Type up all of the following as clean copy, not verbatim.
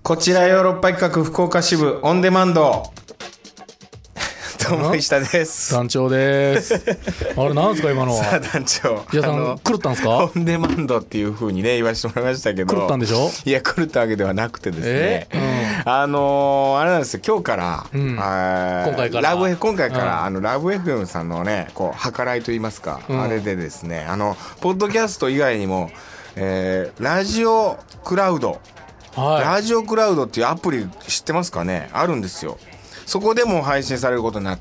こちらヨーロッパ企画福岡支部オンデマンドどうも石田です。 団長です。あれなんですか今のは。 さあ団長、 いやさん狂ったんですか。 オンデマンドっていう風にね言わせてもらいましたけど、 狂ったんでしょ。 いや狂ったわけではなくてですね、あれなんですよ、今日から、今回からラブ FM さんのねこう計らいと言いますか、あれでですねポッドキャスト以外にも、ラジオクラウド、ラジオクラウドっていうアプリ知ってますかね、あるんですよ。そこでも配信されることになって、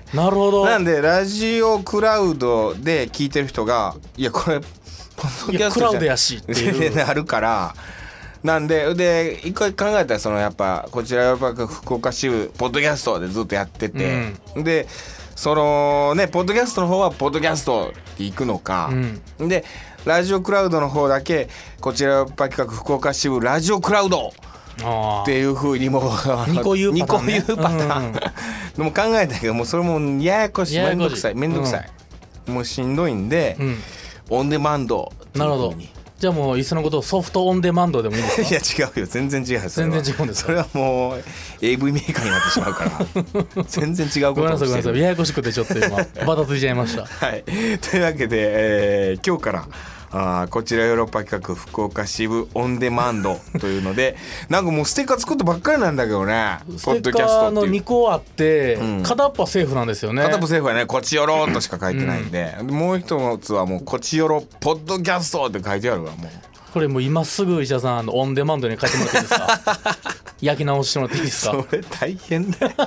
なるほど。 なんでラジオクラウドで聞いてる人がいやこれポッドキャストじゃクラウドやしっていうなるから、なんで一回考えたらやっぱこちらやっぱ福岡支部ポッドキャストでずっとやってて、でそのねポッドキャストの方はポッドキャストって行くのか、でラジオクラウドの方だけこちらやっぱ企画福岡支部ラジオクラウドっていう風にもう 2個言うパターンでも考えたけどもうそれもややこしい、めんどくさい、もうしんどいんで、オンデマンドっていう風に。 なるほど。じゃあもういっそのことソフトオンデマンドでもいいんですか。 いや違うよ、全然違う。 全然違うんですか。 それはもう AV メーカーになってしまうから全然違うことをしてる。 ごめんなさいややこしくてちょっと今バタついちゃいましたはいというわけで、今日からこちらヨーロッパ企画福岡支部オンデマンドというのでなんかもうステッカー作ったばっかりなんだけどね。 ステッカーの2個あって、片っぽはセーフなんですよね。 片っぽセーフはねこちよろとしか書いてないんで、もう一つはもうこちよろポッドキャストって書いてあるわ。もうこれもう今すぐ石田さんオンデマンドに書いてもらっていいですか焼き直してもらっていいですか。 それ大変だよ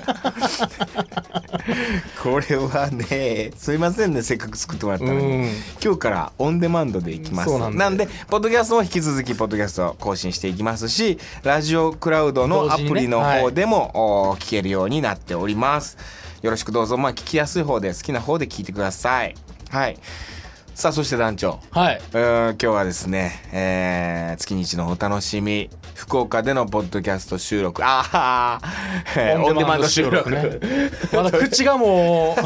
これはねすいませんね、せっかく作ってもらったのに、今日からオンデマンドでいきます。なんでポッドキャストも引き続きポッドキャストを更新していきますし、ラジオクラウドのアプリの方でも、聞けるようになっております。よろしくどうぞ。聞きやすい方で好きな方で聞いてください。はい。さあそして団長、今日はですね、月日のお楽しみ福岡でのポッドキャスト収録、オンデマンド収録ね。 まだ口がもう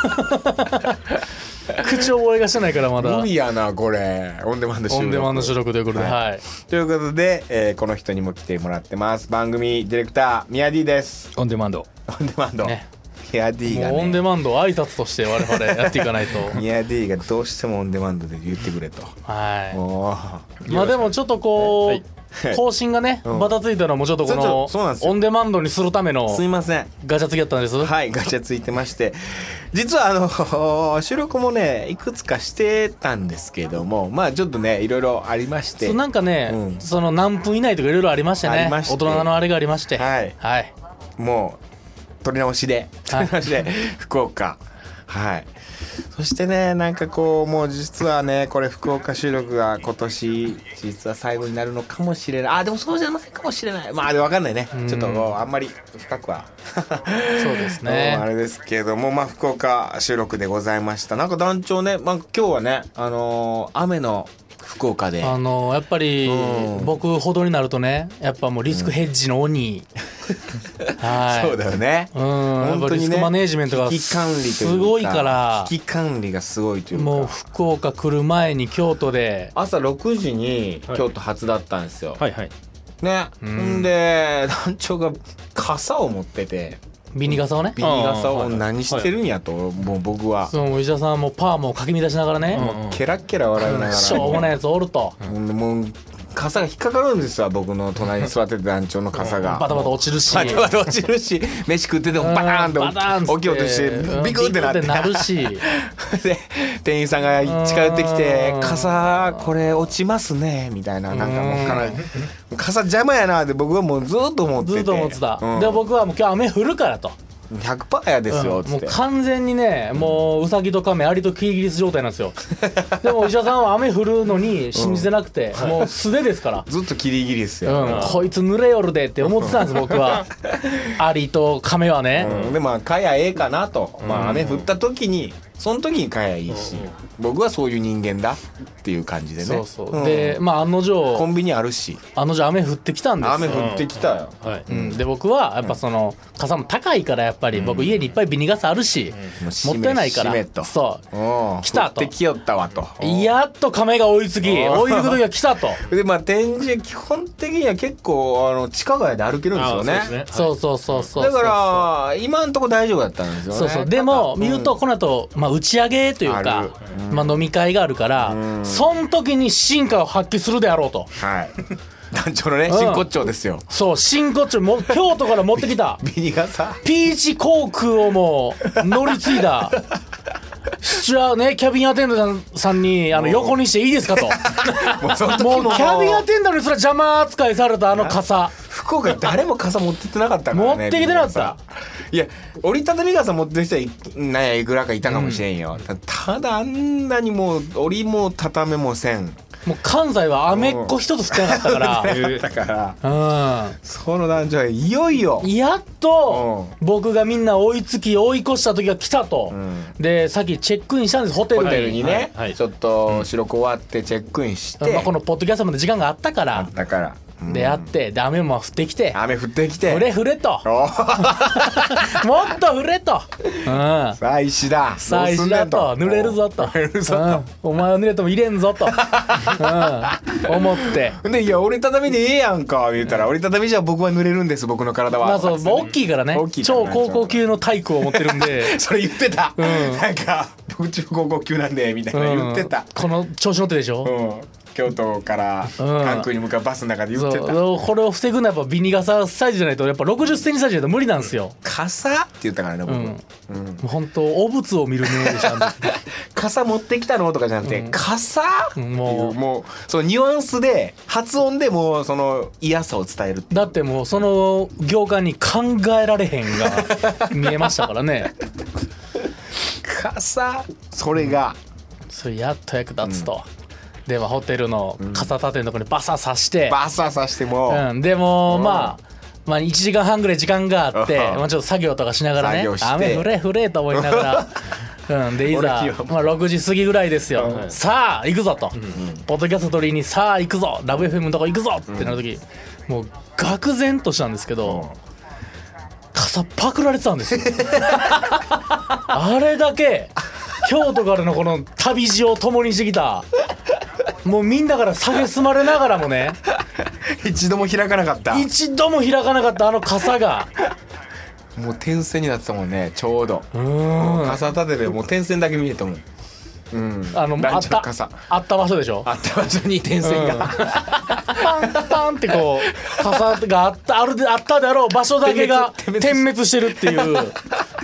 口覚えがしてないからまだ無理やなこれ。オンデマンド収録ということで、 ということで、この人にも来てもらってます。番組ディレクター宮 D です。 オンデマンドね、ミヤ D がね、 もうオンデマンドを挨拶として我々やっていかないとミヤ D がどうしてもオンデマンドで言ってくれと。 でもちょっとこう、更新がねバタついたのもちょっとこのオンデマンドにするためのすいませんガチャつきだったんです。 はい、ガチャついてまして、実は収録もねいくつかしてたんですけども、ちょっとねいろいろありまして、 なんかね、その何分以内とかいろいろありましてね、大人のあれがありまして、 もう取り直しで福岡。そしてねなんかこうもう実はねこれ福岡収録が今年実は最後になるのかもしれない。でもそうじゃないかもしれない。で分かんないね。ちょっとあんまり深くはそうですねあれですけども、福岡収録でございました。なんか団長ね、今日はね雨の福岡でやっぱり、僕ほどになるとねやっぱもうリスクヘッジの鬼、 そうだよね。 やっぱリスクマネージメントがすごいから、 危機管理がすごいというか、 もう福岡来る前に京都で朝6時に京都発だったんですよ。ね、んで団長が傘を持ってて、 ビニ傘をね、 ビニ傘を何してるんやと、もう僕は石田さんもパーマをかき乱しながらね、 ケラッケラ笑いながら、 しょうもないやつおると、 もう傘が引っかかるんですわ、僕の隣に座ってて団長の傘がバタバタ落ちるし飯食っててもバターンと起きようとしてビクってなるしで店員さんが近寄ってきて「傘これ落ちますね」みたいな、なんかもう傘邪魔やなって僕はもうずっと思ってて、 で僕はもう今日雨降るからと。 100% やですよっつって、 もう完全にねもうウサギとカメアリとキリギリス状態なんですよでも石田さんは雨降るのに信じてなくて、もう素手ですからずっとキリギリスよ、 こいつ濡れよるでって思ってたんです僕はアリとカメはね、 でかやええかなと、雨降った時にその時に買えばいいし、僕はそういう人間だっていう感じでね。 そうそう、でまあ案の定コンビニあるし、 案の定雨降ってきたんですよ。 雨降ってきたよ。 で僕はやっぱその傘も高いからやっぱり僕家にいっぱいビニ傘あるし、持ってないからそう来たと、 降ってきよったわと、 やっと亀が追いつき追い抜く時が来たと。 でまあ展示基本的には結構地下街で歩けるんですよね。 そうそうそうそう。 だから今んとこ大丈夫だったんですよね。 そうそう。でも見るとこの後まあ打ち上げというかまあ飲み会があるからその時に進化を発揮するであろうと。 はい。団長のね真骨頂ですよ。 そう真骨頂も京都から持ってきたビニ傘ピーチ航空をもう乗り継いだキャビンアテンダントさんに横にしていいですかと。もうキャビンアテンダントにすら邪魔扱いされた傘。 福岡誰も傘持ってってなかったからね。 持ってきてなかった。 いや折りたたみ傘持ってる人はいくらかいたかもしれんよ、ただあんなにもう折りも畳めもせん。 もう関西はアメッコ一つ吸ってなかったからその団長はいよいよやっと僕がみんな追いつき追い越した時が来たと、でさっきチェックインしたんですホテルにね、ちょっと白く終わってチェックインして、 このポッドキャストまで時間があったからでやってで雨も降ってきて降れ降れともっと降れとさあ石ださあ石だと濡れるぞとお前は濡れても入れんぞと思ってでいや折りたたみでええやんか言うたら折りたたみじゃ僕は濡れるんです僕の体は。 まあそう大きいからね超高校級の体育を持ってるんでそれ言ってたなんか僕中高校級なんでみたいな言ってた。 この調子乗ってでしょ。 京都から関空に向かうバスの中で言ってた。 これを防ぐのはやっぱビニ傘サイズじゃないとやっぱ60センチサイズじゃないと無理なんですよ。 傘って言ったからね僕。 本当お物を見る目でした。 傘持ってきたのとかじゃなくて傘もうそのニュアンスで発音でもうその嫌さを伝える。 だってもうその行間に考えられへんが見えましたからね。 傘それがそれやっと役立つと。ではホテルの傘立てのところにバサ刺してもでもまあ1時間半ぐらい時間があってちょっと作業とかしながらね雨降れ降れと思いながらでいざ6時過ぎぐらいですよ。さあ行くぞとポッドキャスト取りにさあ行くぞラブ FM のとこ行くぞってなる時もう愕然としたんですけど傘パクられてたんですよ。あれだけ京都からのこの旅路を共にしてきたもうみんなから蔑まれながらもね一度も開かなかったあの傘がもう点線になってたもんねちょうど傘立てでもう点線だけ見えたもん。 あった場所でしょ。 あった場所に点線がパンパンってこう傘があったであろう場所だけが点滅してるっていう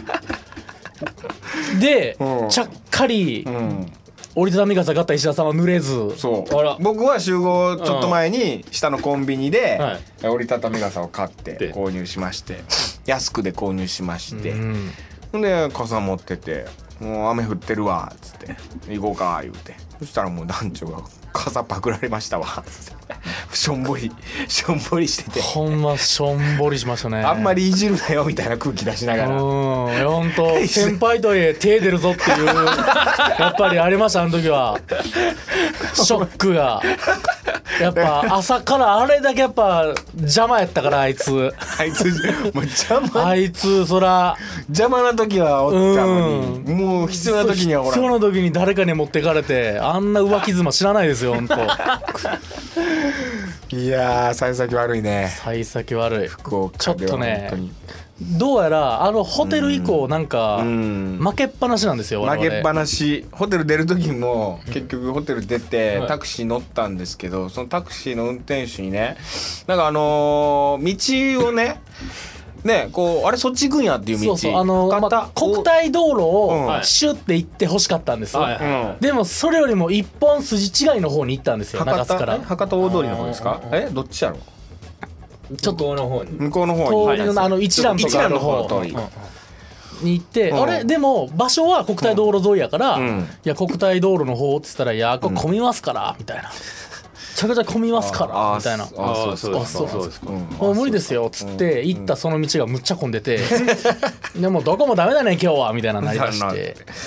でちゃっかり折りたたみ傘買った石田さんは濡れず。 そう僕は集合ちょっと前に下のコンビニで折りたたみ傘を買って購入しまして安くで購入しましてで傘持っててもう雨降ってるわっつって行こうか言うてそしたらもう団長が傘パクられましたわっつってしょんぼりしててほんましょんぼりしましたね。 あんまりいじるなよみたいな空気出しながらほんと先輩とはいえ手出るぞっていうやっぱりありましたあの時はショックがやっぱ朝からあれだけやっぱ邪魔やったからあいつもう邪魔あいつそら邪魔な時はおったのにもう必要な時には必要な時に誰かに持ってかれてあんな浮気妻知らないですよほんと。 いやー幸先悪いね。 幸先悪い福岡ちょっとねどうやらホテル以降なんか負けっぱなしなんですよ。 負けっぱなし。ホテル出る時も結局ホテル出てタクシー乗ったんですけどそのタクシーの運転手にねなんか道をねこうあれそっち行くんやっていう道国体道路をシュッて行ってほしかったんですよ。でもそれよりも一本筋違いの方に行ったんですよ中洲から。 博多大通りの方ですかどっちやろちょっと向こうの方に通りの一蘭とかの方に行ってあれでも場所は国体道路沿いやからいや国体道路の方って言ったらいやこれ混みますからみたいな。めちゃくちゃ混みますからみたいな。そう無理ですよっつって行ったその道がむっちゃ混んでてでもどこもダメだね今日はみたいななりまして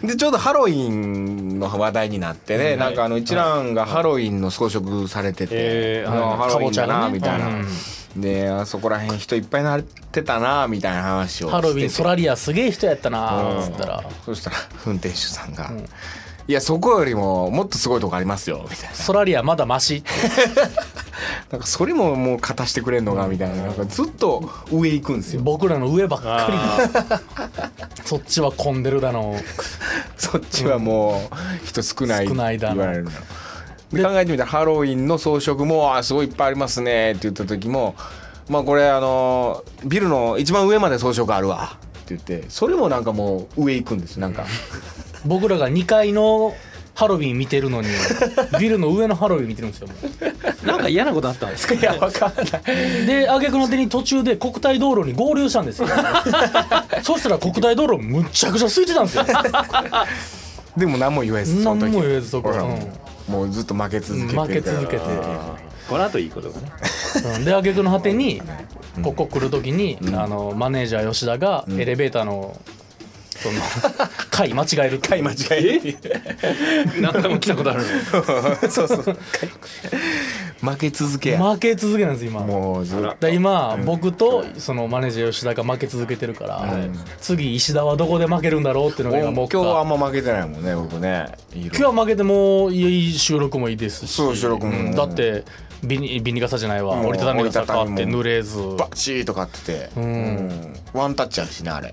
でちょうどハロウィンの話題になってね、なんか一蘭がハロウィンの装飾されてて、ハロウィンだなみたいな、であそこら辺人いっぱいなってたなみたいな話をしてて、 ハロウィンソラリアすげえ人やったなっつったら、 そしたら運転手さんが、いやそこよりももっとすごいとこありますよみたいな、 ソラリアまだマシなんかそれももう勝たしてくれんのかみたいな、なんかずっと上行くんですよ。 僕らの上ばっかりそっちは混んでるだのそっちはもう人少ないって言われるの。で考えてみたらハロウィンの装飾もすごいいっぱいありますねって言った時も、まあこれビルの一番上まで装飾あるわって言って、それもなんかもう上行くんですなんか僕らが2階のハロウィン見てるのにビルの上のハロウィン見てるんですよ。もうなんか嫌なことあったんですか？ いや分かんないで挙句の手に途中で国体道路に合流したんですよそしたら国体道路むっちゃくちゃ空いてたんですよでも何も言えず、 何も言えずそこ、 もうずっと負け続けて負け続けて、 この後いいことがねで挙句の果てにここ来る時に、マネージャー吉田がエレベーターのその階間違える階間違えるって何回も来たことあるそうそう負け続けなんです今。 もうずっと今、僕とそのマネージャー吉田が負け続けてるから、次石田はどこで負けるんだろうっていうのが今今日はあんま負けてないもんね僕ね。 今日は負けてもいい収録もいいですし、 そう収録も、 だってビニ傘じゃないわ、折りたたみ傘買って濡れずバッチーと買ってて、ワンタッチあるしねあれ。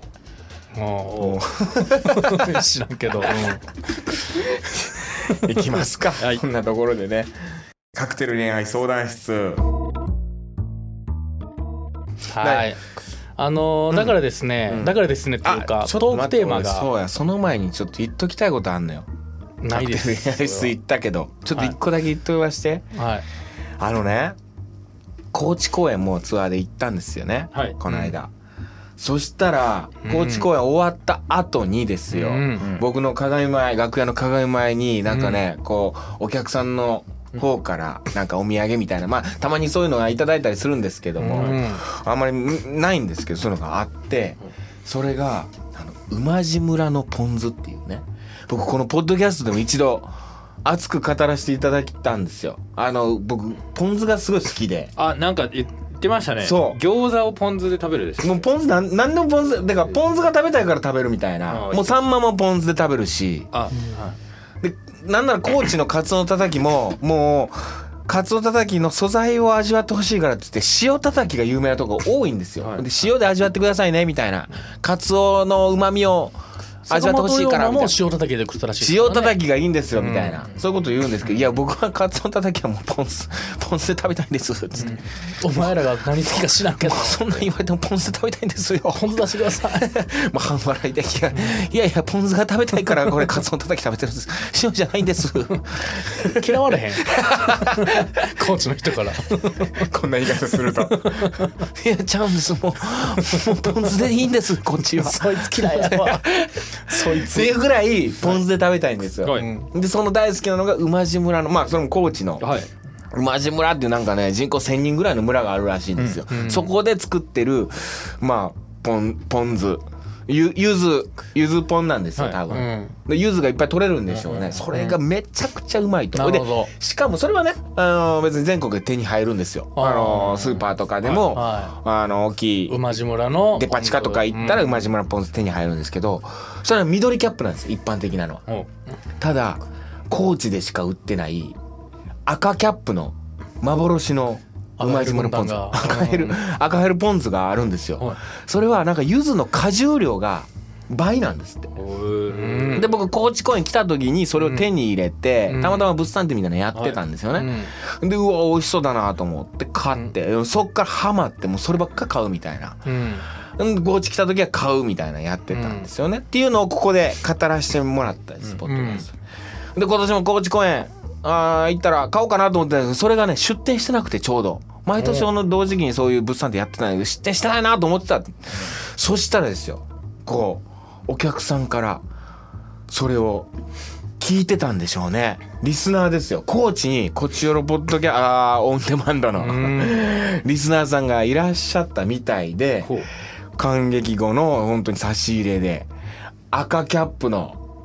知らんけど、 いきますか、こんなところでね。カクテル恋愛相談室。 はい、だからですね、っていうかトークテーマが、 そうや、その前にちょっと言っときたいことあんのよ。 ないです。 カクテル恋愛室言ったけどちょっと一個だけ言っときまして、高知公演もツアーで行ったんですよね、この間。そしたら高知公演終わった後にですよ、僕の楽屋の鏡前になんかね、こうお客さんの方からなんかお土産みたいな、まあたまにそういうのがいただいたりするんですけども、あんまりないんですけど、そういうのがあって、それが馬路村のポン酢っていうね、僕このポッドキャストでも一度熱く語らせていただいたんですよ。僕ポン酢がすごい好きで、 なんか言ってましたね。 そう、 餃子をポン酢で食べるでしょ。 もうポン酢なんでもポン酢だから、ポン酢が食べたいから食べるみたいな、もうサンマもポン酢で食べるし、でなんなら高知のカツオたたきももうカツオたたきの素材を味わってほしいからって言って塩たたきが有名なとこ多いんですよ、で塩で味わってくださいねみたいな、カツオの旨味を味わってほしいからみたいな、 塩たたきで食ったらしいですね、塩たたきがいいんですよみたいな、そういうこと言うんですけど、いや僕はカツオたたきはもうポン酢で食べたいんですっつって、 お前らが何好きか知らんけどそんな言われてもポン酢で食べたいんですよ、 ポン酢出してくださいまあ半笑いで、いやポン酢が食べたいからこれカツオたたき食べてるんです、塩じゃないんです嫌われへん高知の人からこんな言い方するといやちゃうんです、もうポン酢でいいんですこっちはそいつ嫌いやわそいつっていうぐらいポン酢で食べたいんですよ、でその大好きなのが馬路村の、まあそれも高知の、馬路村っていうなんかね、人口1000人ぐらいの村があるらしいんですよ、そこで作ってるまあポン酢、ゆずポンなんですよ多分、ゆずがいっぱい取れるんでしょうね、それがめちゃくちゃうまいと。でしかもそれはね、別に全国で手に入るんですよ、スーパーとかでも、大きい馬路村のデパ地下とか行ったら馬路村のポン酢手に入るんですけど、それは緑キャップなんですよ一般的なのは。ただ高知でしか売ってない赤キャップの幻の馬路村ポン酢、赤ヘルポン酢があるんですよ。それはなんか柚子の果汁量が倍なんですって。で僕高知公園来た時にそれを手に入れて、たまたま物産展みたいなのやってたんですよね、でうわ美味しそうだなと思って買って、そっからハマってもうそればっか買うみたいな、高知来た時は買うみたいなやってたんですよね、っていうのをここで語らせてもらったスポットです、で今年も高知公園行ったら買おうかなと思ってたんですけど、それがね出店してなくて、ちょうど毎年の同時期にそういう物産展やってたんだけど出店してないなと思ってた。そしたらですよ、こうお客さんからそれを聞いてたんでしょうね、リスナーですよ。高知にこちよろポッドキャオンデマンドのリスナーさんがいらっしゃったみたいで、感激後の本当に差し入れで赤キャップの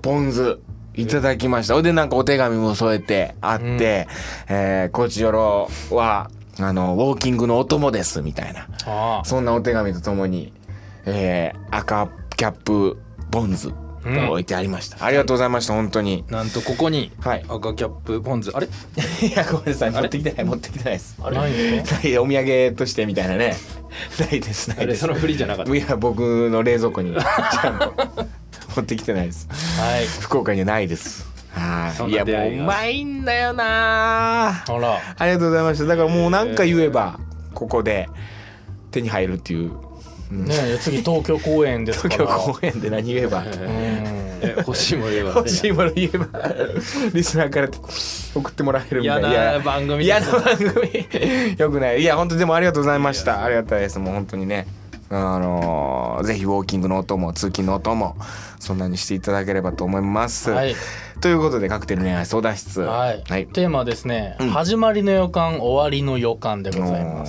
ポン酢いただきました。でなんかお手紙も添えてあって、コーチヨロはウォーキングのお供ですみたいな、そんなお手紙とともに、赤キャップポン酢が置いてありました、ありがとうございました。本当になんとここに赤キャップポン酢、あれいやごめんなさい、持ってきてないです。 あれないんですか？ お土産としてみたいなね。ないです。 その振りじゃなかった。 いや僕の冷蔵庫にちゃんと持ってきてないです。はい、福岡にはないです。いやもううまいんだよな。ありがとうございました。だからもう何か言えばここで手に入るっていう、 ね、次東京公演ですから。 東京公演で何言えば欲しいもの言えば、 欲しいもの言えばリスナーから送ってもらえるみたいな。 嫌な番組嫌な番組よくない。いや本当でもありがとうございました。ありがたいです。もう本当にね、ぜひウォーキングの音も通勤の音もそんなにしていただければと思います、ということでカクテル恋愛相談室、 テーマはですね、始まりの予感終わりの予感でございます。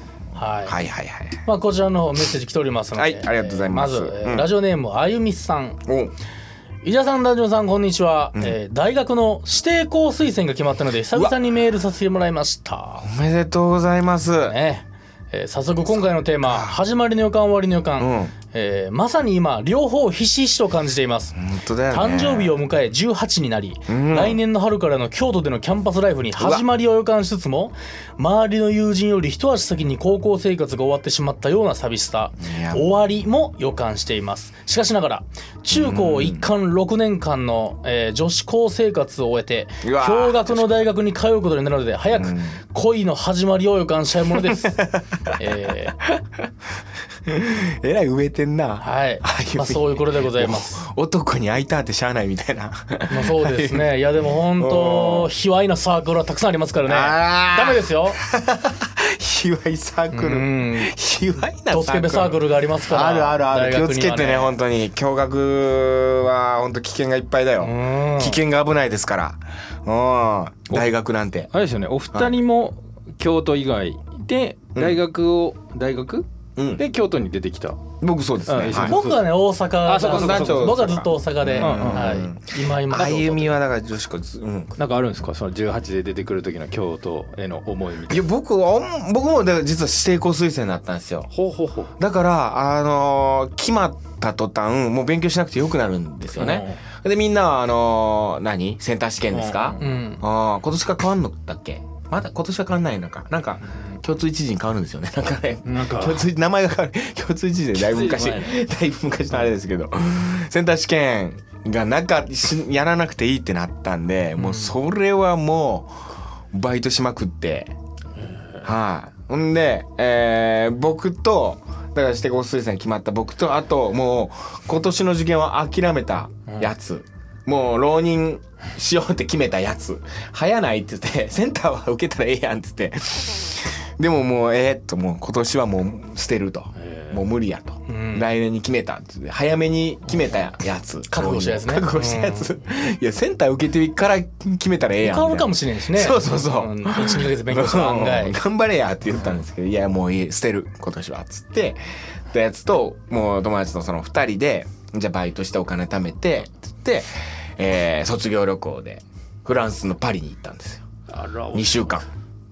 こちらのメッセージ来ておりますので、 ありがとうございます。 まず、ラジオネームあゆみさん。伊沢さん、ラジオさん、こんにちは。大学の指定校推薦が決まったので久々にメールさせてもらいました。 おめでとうございます。 早速今回のテーマ、始まりの予感終わりの予感、まさに今両方ひしひしと感じています。 本当だよね。 誕生日を迎え18になり、来年の春からの京都でのキャンパスライフに始まりを予感しつつも、周りの友人より一足先に高校生活が終わってしまったような寂しさ、終わりも予感しています。しかしながら中高一貫6年間の、女子高生活を終えて共学の大学に通うことになるので、早く恋の始まりを予感したいものです。 えらい植えてんな。 そういうことでございます。 男に会いたってしゃあないみたいな。 そうですね。いやでも本当卑猥なサークルはたくさんありますからね。ダメですよ。 卑猥サークル、卑猥なサークル、 ドスケベサークルがありますから。 ある。気をつけてね、本当に。共学は本当危険がいっぱいだよ。危険が危ないですから。大学なんてあれですよね。お二人も京都以外で大学で京都に出てきた。 僕そうですね。 僕はね大阪。 僕はずっと大阪で。今歩みはだから女子高、 なんかあるんですか、その18で出てくる時の京都への思いみたいな。 いや僕もだから実は指定校推薦だったんですよ。だから決まった途端もう勉強しなくてよくなるんですよね。でみんなはセンター試験ですか。今年から変わんのだっけ。まだ今年は変わんないのか。なんか共通一時に変わるんですよね。名前が変わる。共通一時でだいぶ昔のあれですけど、センター試験がやらなくていいってなったんで、もうそれはもうバイトしまくって、ほんで、僕とだから指定校推薦決まった僕と、あともう今年の受験は諦めたやつ、もう浪人しようって決めたやつ、早ないって言ってセンターは受けたらええやんって言って、でももうもう今年はもう捨てると、もう無理やと、来年に決めたって言って早めに決めたやつ、 覚悟したやつね。 覚悟したやつ、いやセンター受けてから決めたらええやん。 変わるかもしれんしね。 そう 1、2ヶ月勉強した案外頑張れやって言ったんですけど、いやもういい、捨てる今年はっつってたやつと、もう友達とその2人でじゃあバイトしてお金貯めてっつって、卒業旅行でフランスのパリに行ったんですよ。2週間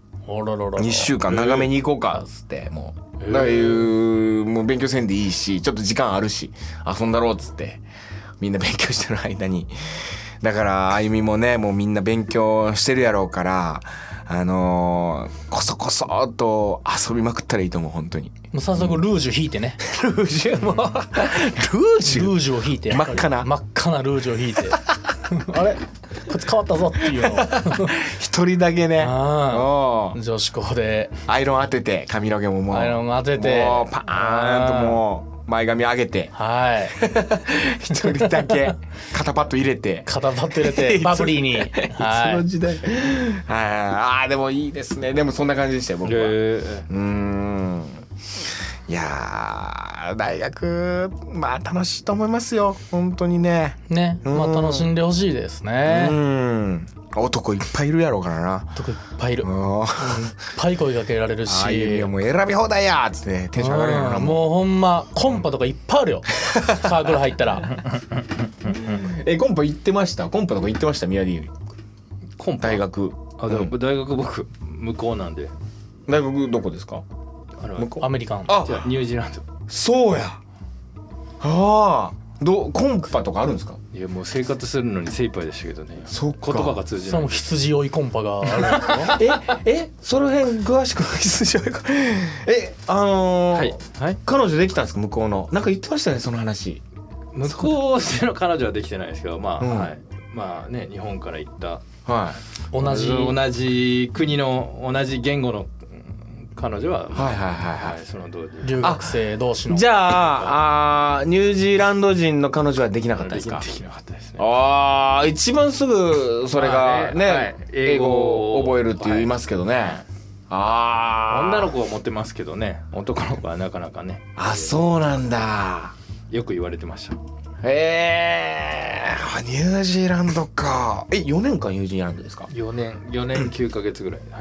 2週間長めに行こうかっつって、もうもう勉強せんでいいし、ちょっと時間あるし遊んだろうっつってみんな勉強してる間に、だからあゆみもね、もうみんな勉強してるやろうから、こそこそっと遊びまくったらいいと思う。本当にもう早速ルージュ引いてね。 ルージュルージュを引いて、 真っ赤なルージュを引いてあれこいつ変わったぞっていうのを一人だけね、 女子校でアイロン当てて、髪の毛ももうアイロン当てて、 もうパーンともう前髪上げて、一人だけ肩パッド入れてバブリーにその時代でもいいですね。でもそんな感じでしたよ僕は。いや大学楽しいと思いますよ本当にね。 楽しんでほしいですね。 男いっぱいいるやろうからな。 男いっぱいいる、いっぱい声かけられるし、 ああいうもう選び放題やっつってテンション上がるやろな。 もうほんまコンパとかいっぱいあるよサークル入ったらコンパ行ってました？コンパとか行ってました？宮城コンパ大学。 でも大学僕向こうなんで。 大学どこですか？ 向こうアメリカン。 じゃあニュージーランド。 そうや。コンパとかあるんですか？ いやもう生活するのに精一杯でしたけどね。 そっか。 言葉が通じない。 その羊追いコンパがあるんですか？ その辺詳しく羊追いコンパ。はい彼女できたんですか？向こうのなんか言ってましたねその話。 向こうでの彼女はできてないですけど、まあね、日本から行った、同じ国の同じ言語の彼女は、その同時留学生同士の。 じゃあニュージーランド人の彼女はできなかったですか？ できなかったですね。 一番すぐそれがね、英語を覚えるって言いますけどね。 女の子は持ってますけどね、男の子はなかなかね。 そうなんだ。 よく言われてました。 ニュージーランドか。4年間ニュージーランドですか ？4年9ヶ月ぐらい。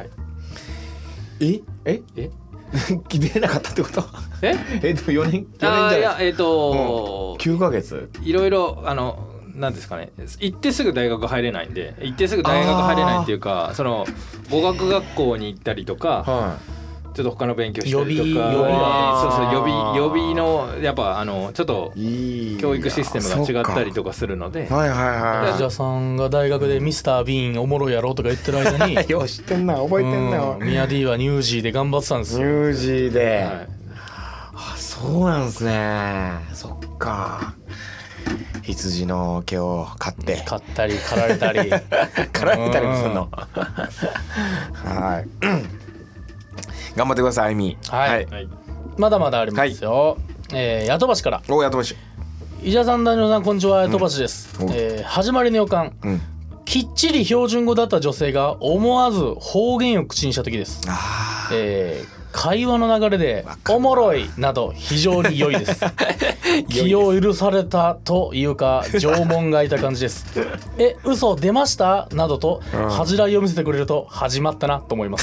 出なかったってこと？4年じゃない。9ヶ月。 いろいろなんですかね、行ってすぐ大学入れないんで、行ってすぐ大学入れないっていうか、その語学学校に行ったりとか、ちょっと他の勉強したりとか、予備のやっぱちょっと教育システムが違ったりとかするので、 ジャさんが大学でミスター・ビーンおもろいやろとか言ってる間によう知ってんな、覚えてんな。 ミヤ D はニュージーで頑張ってたんですよ。 ニュージーで、そうなんですね。そっか。羊の毛を刈ったり刈られたり刈られたりもするの。はい。頑張ってください、あいみ。 まだまだありますよ。ヤトバシから。 ヤトバシ。 伊者さん、男女さん、こんにちは。ヤトバシです。始まりの予感。きっちり標準語だった女性が思わず方言を口にした時です。会話の流れでおもろいなど非常に良いです。気を許されたというか縄文がいた感じです。嘘出ましたなどと恥じらいを見せてくれると始まったなと思います。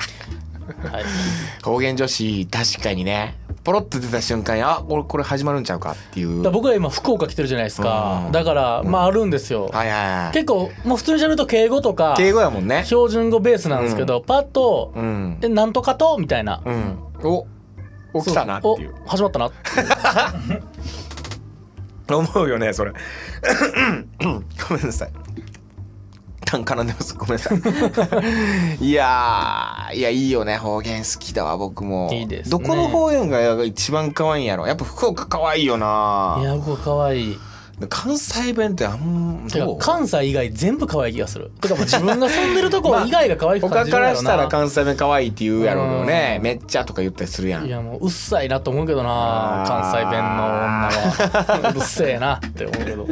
方言女子確かにね、ポロッと出た瞬間にこれ始まるんちゃうかっていう。 僕ら今福岡来てるじゃないですか。だからあるんですよ。結構もう普通に喋ると敬語とか敬語やもんね、 標準語ベースなんですけど、パッとなんとかとみたいな、 起きたなっていう、 始まったなって思うよねそれ。ごめんなさい、絡んでます、ごめんなさい。いやいいよね、方言好きだわ僕も。 いいですね。 どこの方言が一番可愛いんやろ？やっぱ福岡可愛いよな。 いや、福岡可愛い。 関西弁って関西以外全部可愛い気がする。てか自分が住んでるとこ以外が可愛く感じるやろな。 他からしたら関西弁可愛いって言うやろうけどね、めっちゃとか言ったりするやん。 いやもううっさいなと思うけどな、関西弁の女は。うるせえなって思うけど。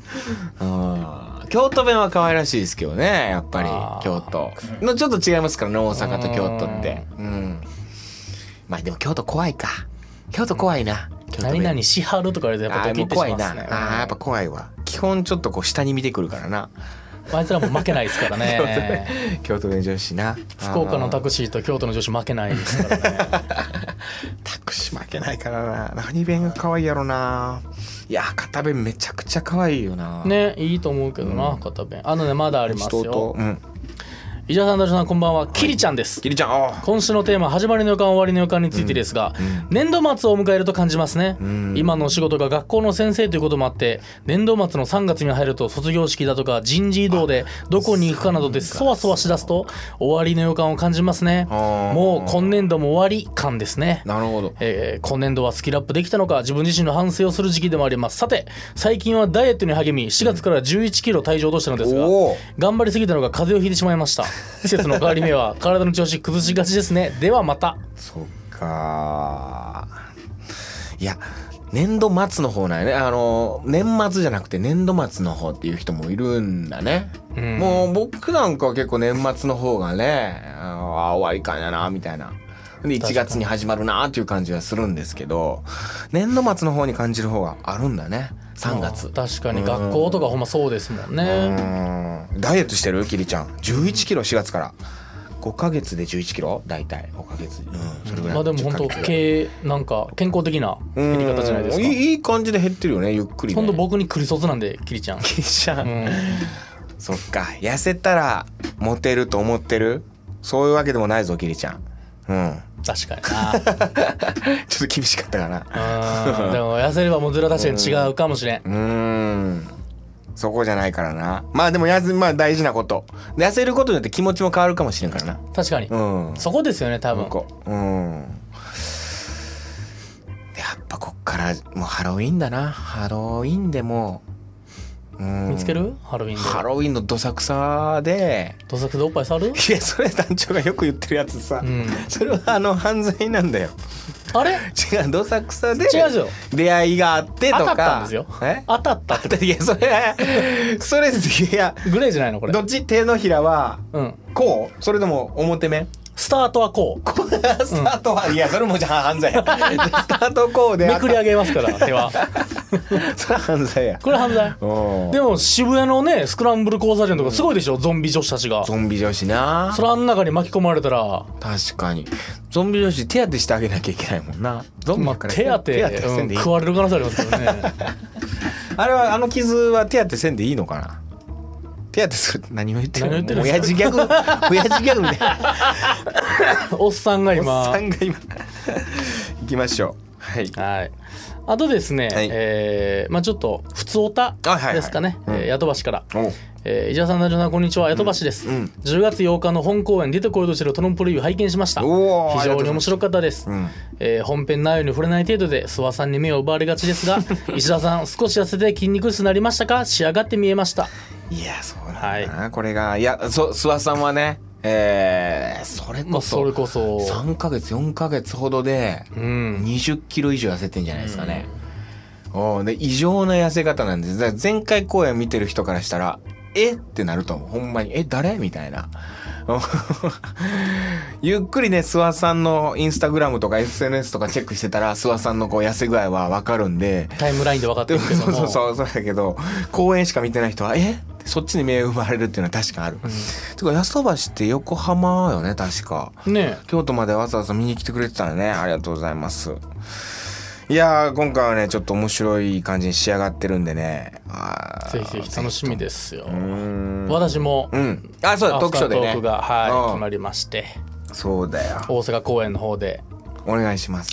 京都弁は可愛らしいですけどね、やっぱり京都のちょっと違いますからね、大阪と京都って。まあでも京都怖いか。京都怖いな。 何々しはるとか言われてやっぱドキッてしますね。 やっぱ怖いわ。基本ちょっとこう下に見てくるからな。 あいつらも負けないですからね。 京都の女子な。 福岡のタクシーと京都の女子負けないですからね。 タクシー負けないからな。何弁が可愛いやろな。いや博多弁めちゃくちゃ可愛いよな。 ね、いいと思うけどな、博多弁。まだありますよ。伊者さん、男女さん、こんばんは。キリちゃんです。 キリちゃん。 今週のテーマ、始まりの予感終わりの予感についてですが、年度末を迎えると感じますね。今のお仕事が学校の先生ということもあって、年度末の3月に入ると卒業式だとか人事異動でどこに行くかなどでそわそわしだすと終わりの予感を感じますね。もう今年度も終わり感ですね。 なるほど。 今年度はスキルアップできたのか自分自身の反省をする時期でもあります。さて、最近はダイエットに励み4月から11キロ体重を落としたのですが、頑張りすぎたのが風邪をひいてしまいました。季節の変わり目は体の調子崩しがちですね。ではまた。 そっか。いや年度末の方なんやね。年末じゃなくて年度末の方っていう人もいるんだね。もう僕なんかは結構年末の方がね、終わりかんやなみたいなで1月に始まるなーっていう感じはするんですけど、年度末の方に感じる方があるんだね。3月。 確かに学校とかほんまそうですもんね。 ダイエットしてるキリちゃん。11キロ4月から5ヶ月で11キロ大体5ヶ月、それぐらい。 まあでも本当なんか健康的な減り方じゃないですか。 いい感じで減ってるよね、ゆっくりね。 ほんと僕にクリソツなんでキリちゃん。 キリちゃん、そっか、痩せたらモテると思ってる？そういうわけでもないぞキリちゃん。 確かにな。 ちょっと厳しかったかな。 でも痩せればモテるは確かに違うかもしれん。 そこじゃないからな。まあでもまあ大事なこと。痩せることによって気持ちも変わるかもしれんからな。 確かに。そこですよね多分。 やっぱこっからもうハロウィンだな。ハロウィンでも見つける？ハロウィンで。 ハロウィンのどさくさで。 どさくさでおっぱい触る？ いやそれ団長がよく言ってるやつさ。それは犯罪なんだよ。 あれ？ 違う、どさくさで出会いがあってとか。 当たったんですよ。当たったって。 いやそれいやグレーじゃないのこれ。 どっち？手のひらはこう？それとも表面？ スタートはこう。 スタートは、いやそれもじゃあ犯罪や。スタートこうでめくり上げますから手は。 それは犯罪や。 これ犯罪。でも渋谷のねスクランブル交差点とかすごいでしょ、ゾンビ女子たちが。 ゾンビ女子な。 それあん中に巻き込まれたら。 確かにゾンビ女子手当てしてあげなきゃいけないもんな。 ゾンビから手当て食われる可能性ありますからね。 あれは傷は手当てせんでいいのかな。手当てするって何を言ってるの？親父ギャグみたいな。 おっさんが今行きましょう。はい。 あとですね、まあちょっと普通オタですかね。ヤトバシから。伊沢さん、ナジョナこんにちは、ヤトバシです。10月8日の本公演出てこようとしてるトロンプレビュー拝見しました。非常に面白かったです。本編内容に触れない程度で諏訪さんに目を奪われがちですが、石田さん少し痩せて筋肉質になりましたか？仕上がって見えました。 いやそうなんだな、これが。いや諏訪さんはね、それこそ3ヶ月4ヶ月ほどで20キロ以上痩せてんじゃないですかね。で異常な痩せ方なんです。だから前回公演見てる人からしたらってなると思う。ほんまに誰みたいな。ゆっくりね諏訪さんのインスタグラムとか SNS とかチェックしてたら諏訪さんの痩せ具合は分かるんで、 タイムラインで分かってるけども。 そうだけど公演しか見てない人はそっちに目を奪われるっていうのは確かある。てか安飛ばしって横浜よね確かね。京都までわざわざ見に来てくれてたんね。ありがとうございます。いや今回はねちょっと面白い感じに仕上がってるんでね、 ぜひぜひ楽しみですよ。私もそうだ、トークショーでねトークが決まりまして、 そうだよ、 大阪公演の方でお願いします。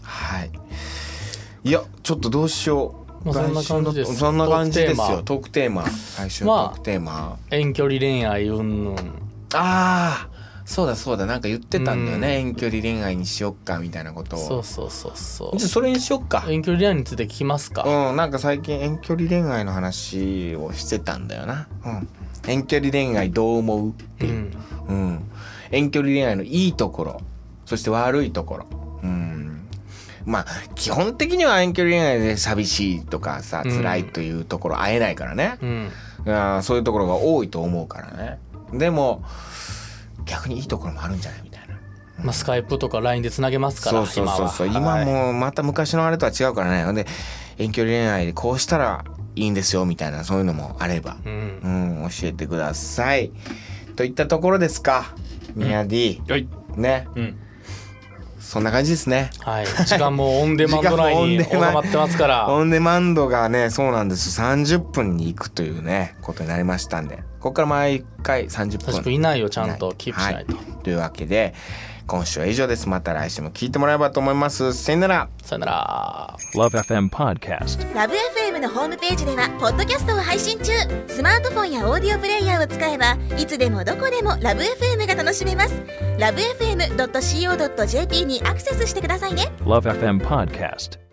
いやちょっとどうしよう。 そんな感じです。 そんな感じですよ。トークテーマ、来週のトークテーマ、 遠距離恋愛うんぬん。 そうだ、なんか言ってたんだよね、遠距離恋愛にしよっかみたいなことを。 そうじゃあそれにしよっか。 遠距離恋愛について聞きますか。 なんか最近遠距離恋愛の話をしてたんだよな。遠距離恋愛どう思うっていう、遠距離恋愛のいいところ、そして悪いところ。まあ基本的には遠距離恋愛で寂しいとかさ、辛いというところ会えないからね、そういうところが多いと思うからね。でも逆にいいところもあるんじゃないみたいな。 スカイプとか LINE でつなげますから。 そう今もうまた昔のあれとは違うからね。ほんで遠距離恋愛でこうしたらいいんですよみたいな、そういうのもあれば、教えてくださいといったところですか。ミヤディ、ね、そんな感じですね。 時間もオンデマンド内に収まってますから。 オンデマンドがね、そうなんです。30分に行くというねことになりましたんで、ここから毎回30分以内をちゃんとキープしないと、 というわけで今週は以上です。また来週も聞いてもらえればと思います。さよなら。 さよなら。 LoveFM Podcast。 LoveFM のホームページではポッドキャストを配信中。スマートフォンやオーディオプレイヤーを使えばいつでもどこでも LoveFM が楽しめます。 LoveFM.co.jp にアクセスしてくださいね。 LoveFM Podcast。